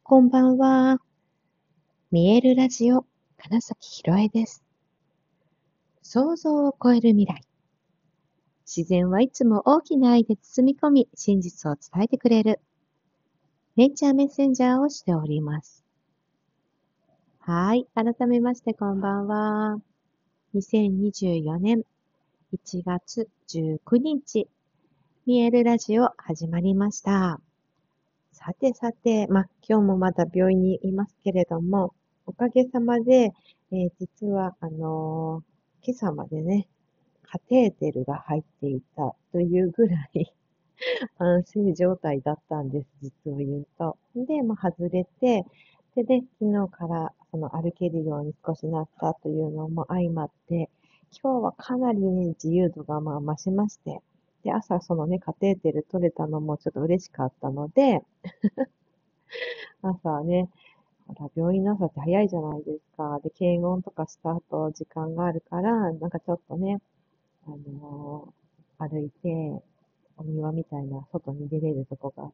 こんばんは。見えるラジオ、金崎ひろえです。想像を超える未来。自然はいつも大きな愛で包み込み、真実を伝えてくれる。ネイチャーメッセンジャーをしております。はい。改めましてこんばんは。2024年1月19日、見えるラジオ始まりました。さてさて、今日もまだ病院にいますけれども、おかげさまで、実は、今朝までね、カテーテルが入っていたというぐらい安静状態だったんです、実を言うと。で、外れて、で、昨日から歩けるように少しなったというのも相まって、今日はかなりね、自由度が増しまして、で、朝そのね、カテーテル取れたのもちょっと嬉しかったので、朝ね、ほら、病院の朝って早いじゃないですか。で、検温とかした後、時間があるから、なんかちょっとね、歩いて、お庭みたいな外に出れるとこがあって、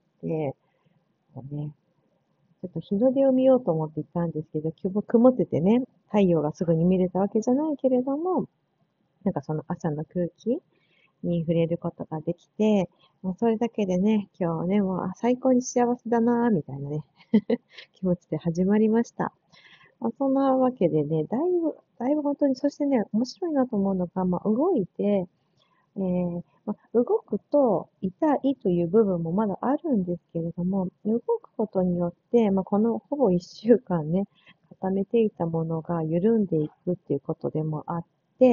こうね、ちょっと日の出を見ようと思って行ったんですけど、今日も曇っててね、太陽がすぐに見れたわけじゃないけれども、なんかその朝の空気に触れることができて、もうそれだけでね、今日ね、もう最高に幸せだなぁ、みたいなね、気持ちで始まりました。そんなわけでね、だいぶ本当に、そしてね、面白いなと思うのが、動いて、動くと痛いという部分もまだあるんですけれども、動くことによって、このほぼ1週間ね、固めていたものが緩んでいくっていうことでもあって、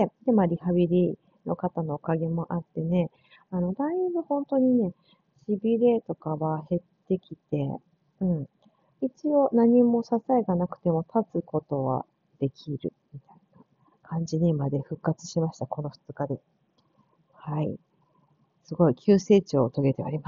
で、リハビリの方のおかげもあってね、だいぶ本当にね、痺れとかは減ってきて、うん。一応何も支えがなくても立つことはできるみたいな感じにまで復活しました、この2日で。はい。すごい急成長を遂げております。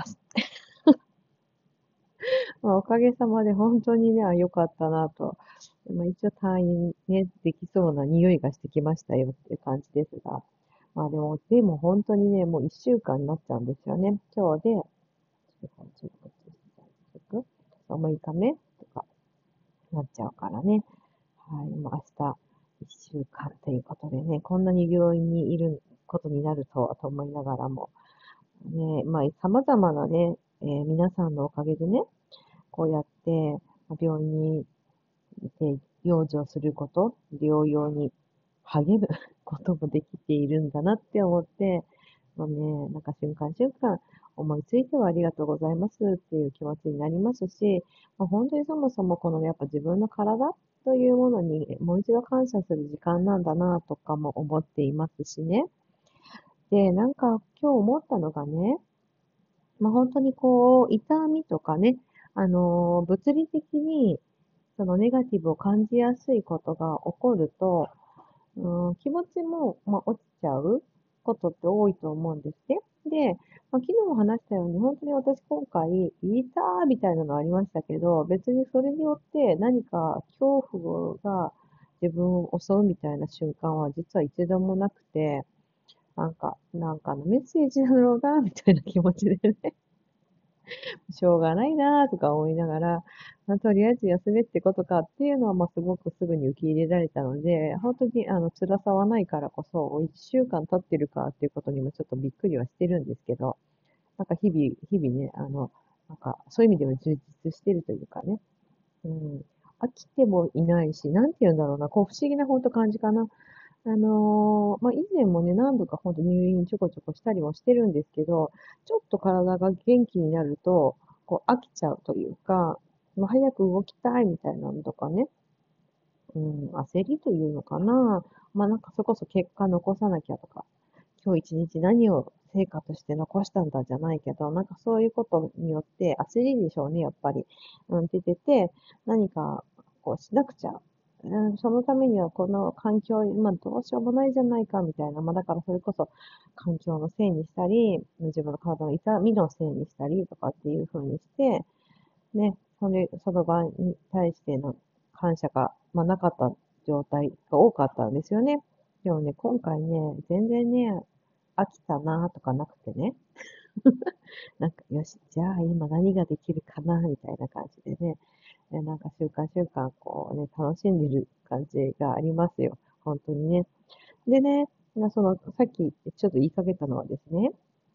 おかげさまで本当にね、良かったなと。一応退院ね、できそうな匂いがしてきましたよっていう感じですが。でも本当にね、もう1週間になっちゃうんですよね。今日で、6日目とかなっちゃうからね。はい。もう明日1週間ということでね、こんなに病院にいることになるとはと思いながらも、ね、様々なね、皆さんのおかげでね、こうやって、病院にいて養生すること、療養に励むこともできているんだなって思って、なんか瞬間瞬間思いついてはありがとうございますっていう気持ちになりますし、本当にそもそもこのやっぱ自分の体というものにもう一度感謝する時間なんだなとかも思っていますしね。で、なんか今日思ったのがね、本当にこう、痛みとかね、物理的にそのネガティブを感じやすいことが起こると、気持ちも、落ちちゃうことって多いと思うんですね。で、昨日も話したように、本当に私今回、いたーみたいなのありましたけど、別にそれによって何か恐怖が自分を襲うみたいな瞬間は実は一度もなくて、なんかのメッセージなのが、みたいな気持ちでね、しょうがないなとか思いながら、とりあえず休めってことかっていうのは、すごくすぐに受け入れられたので、本当に辛さはないからこそ、1週間経ってるかっていうことにもちょっとびっくりはしてるんですけど、なんか日々ね、なんかそういう意味では充実してるというかね、うん、飽きてもいないし、なんて言うんだろうな、こう不思議な本当感じかな。以前もね、何度かほんと入院ちょこちょこしたりもしてるんですけど、ちょっと体が元気になると、こう飽きちゃうというか、早く動きたいみたいなのとかね、焦りというのかな。なんかそれこそ結果残さなきゃとか、今日一日何を成果として残したんだじゃないけど、なんかそういうことによって焦りでしょうね、やっぱり。出てて、何かこうしなくちゃ。そのためにはこの環境、どうしようもないじゃないかみたいな。だからそれこそ環境のせいにしたり、自分の体の痛みのせいにしたりとかっていう風にして、ね、その場に対しての感謝が、なかった状態が多かったんですよね。でもね、今回ね、全然ね、飽きたなとかなくてね、なんか、よし、じゃあ今何ができるかなみたいな感じでね、 なんか習慣習慣、こうね、楽しんでる感じがありますよ。本当にね。でね、さっきちょっと言いかけたのはですね、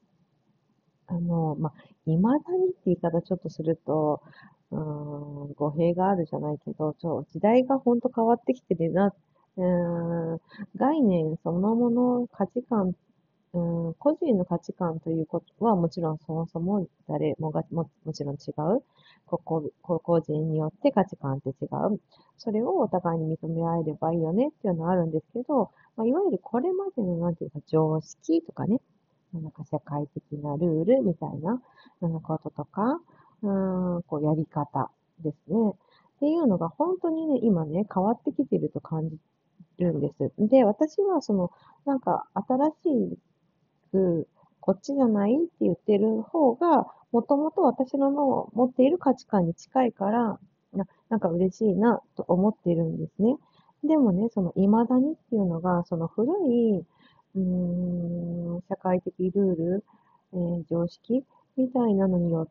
未だにって言い方ちょっとすると、語弊があるじゃないけど、時代が本当変わってきてるな、概念そのもの、価値観、個人の価値観ということはもちろんそもそも誰もがもちろん違う。個々人によって価値観って違う。それをお互いに認め合えればいいよねっていうのはあるんですけど、いわゆるこれまでのなんていうか常識とかね、なんか社会的なルールみたいな、こととか、こうやり方ですね。っていうのが本当にね、今ね、変わってきてると感じるんです。で、私はなんか新しく、こっちじゃないって言ってる方が、もともと私の持っている価値観に近いから、なんか嬉しいなと思っているんですね。でもね、未だにっていうのが、その古い、社会的ルール、常識みたいなのによって、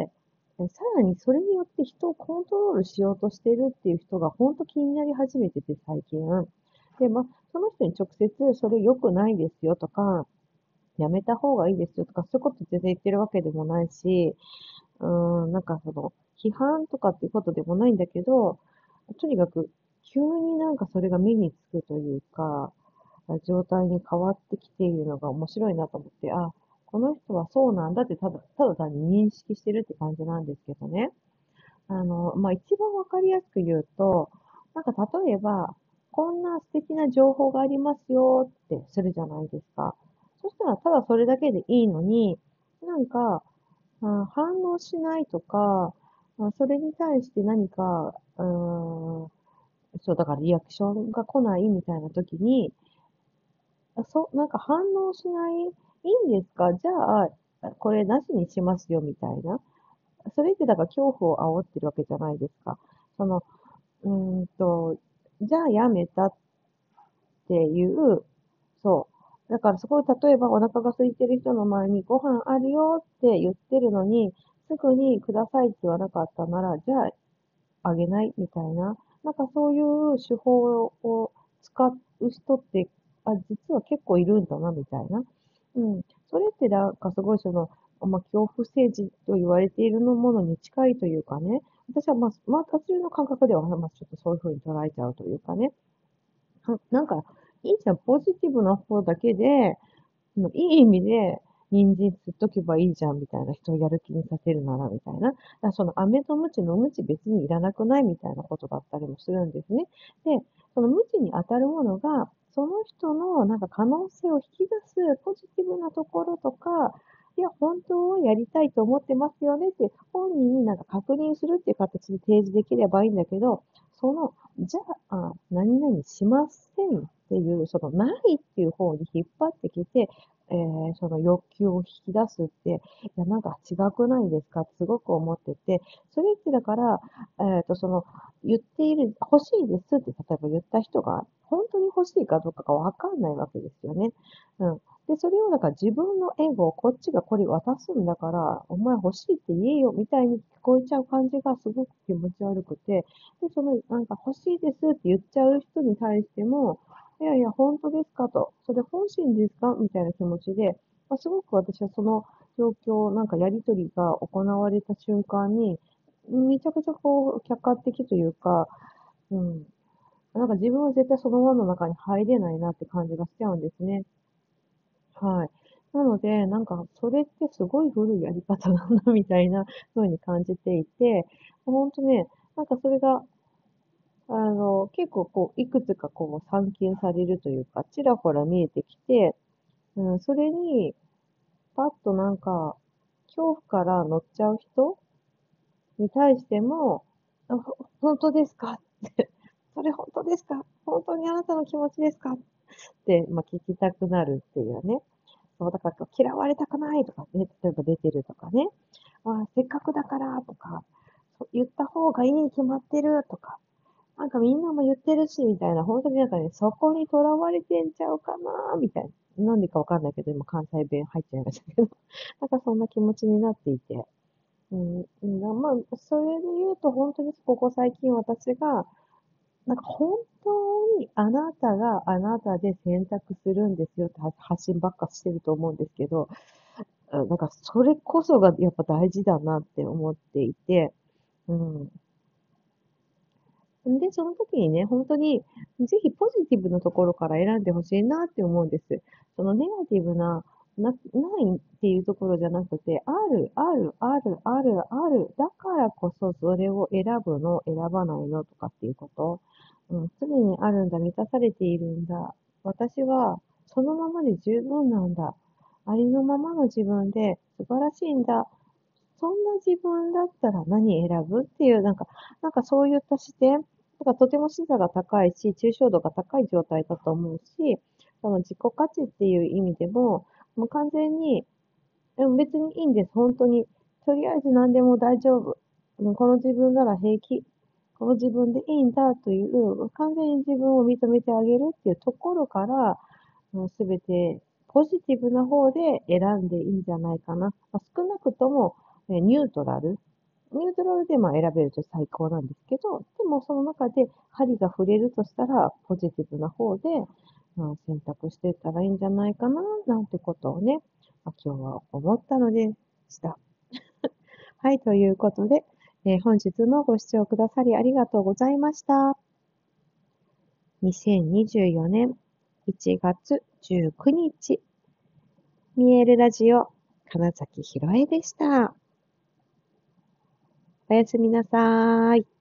さらにそれによって人をコントロールしようとしてるっていう人が本当気になり始めてて最近。で、その人に直接それ良くないですよとか、やめた方がいいですよとか、そういうこと全然言ってるわけでもないし、なんか批判とかっていうことでもないんだけど、とにかく、急になんかそれが目につくというか、状態に変わってきているのが面白いなと思って、この人はそうなんだってただ単に認識してるって感じなんですけどね。一番わかりやすく言うと、なんか例えば、こんな素敵な情報がありますよってするじゃないですか。そしたらただそれだけでいいのに、なんか、反応しないとか、それに対して何か、そう、だからリアクションが来ないみたいな時に、なんか反応しない、いいんですかじゃあ、これなしにしますよみたいな。それってだから恐怖を煽ってるわけじゃないですか。その、うーんと、じゃあやめたっていう、そう。だからそこで例えばお腹が空いてる人の前にご飯あるよって言ってるのに、すぐにくださいって言わなかったなら、じゃああげないみたいな。なんかそういう手法を使う人って、実は結構いるんだな、みたいな。うん。それってなんかすごい恐怖政治と言われているものに近いというかね。私は私の感覚では、ちょっとそういうふうに捉えちゃうというかね。なんか、いいじゃん、ポジティブな方だけで、いい意味で、人参吸っとけばいいじゃんみたいな人をやる気にさせるならみたいな。だからその飴とムチのムチ別にいらなくないみたいなことだったりもするんですね。で、そのムチに当たるものが、その人のなんか可能性を引き出すポジティブなところとか、いや、本当はやりたいと思ってますよねって本人になんか確認するっていう形で提示できればいいんだけど、じゃ何々しませんっていう、ないっていう方に引っ張ってきて、その欲求を引き出すって、いや、なんか違くないですかってすごく思ってて、それってだから、言っている、欲しいですって例えば言った人が、本当に欲しいかどうかがわかんないわけですよね。うん。で、それをだから自分のエゴ、こっちがこれ渡すんだから、お前欲しいって言えよ、みたいに聞こえちゃう感じがすごく気持ち悪くて、で、なんか欲しいですって言っちゃう人に対しても、いやいや、本当ですかと、それ本心ですかみたいな気持ちで、すごく私はその状況、なんかやりとりが行われた瞬間に、めちゃくちゃこう、客観的というか、うん、なんか自分は絶対その輪の中に入れないなって感じがしちゃうんですね。はい。なので、なんか、それってすごい古いやり方だな、みたいな風に感じていて、ほんとね、なんかそれが、結構こう、いくつかこう、散見されるというか、ちらほら見えてきて、それに、パッとなんか、恐怖から乗っちゃう人に対しても、本当ですかって、それ本当ですか本当にあなたの気持ちですかって、聞きたくなるっていうね。そう、だから嫌われたくないとかね、例えば出てるとかね。せっかくだからとか、言った方がいいに決まってるとか、なんかみんなも言ってるし、みたいな、本当になんかね、そこにとらわれてんちゃうかな、みたいな。なんでかわかんないけど、今関西弁入っちゃいましたけど。なんかそんな気持ちになっていて。 まあ、それで言うと、本当にここ最近私が、なんか本当にあなたがあなたで選択するんですよって発信ばっかしてると思うんですけど、なんかそれこそがやっぱ大事だなって思っていて、うん。で、その時にね、本当に、ぜひポジティブなところから選んでほしいなって思うんです。そのネガティブないっていうところじゃなくて、ある、ある、ある、ある、ある。だからこそそれを選ぶの、選ばないのとかっていうこと。常にあるんだ、満たされているんだ。私はそのままで十分なんだ。ありのままの自分で素晴らしいんだ。そんな自分だったら何選ぶっていう、なんかそういった視点、とても視座が高いし、抽象度が高い状態だと思うし、その自己価値っていう意味でも、もう完全に、別にいいんです、本当に。とりあえず何でも大丈夫。この自分なら平気。この自分でいいんだという、完全に自分を認めてあげるっていうところから、すべてポジティブな方で選んでいいんじゃないかな。少なくとも、ニュートラル。ニュートラルで選べると最高なんですけど、でもその中で針が触れるとしたら、ポジティブな方で、選択していったらいいんじゃないかな、なんてことをね、今日は思ったのでした。はい、ということで、本日もご視聴くださりありがとうございました。2024年1月19日、見えるラジオ、金崎ひろえでした。おやすみなさーい。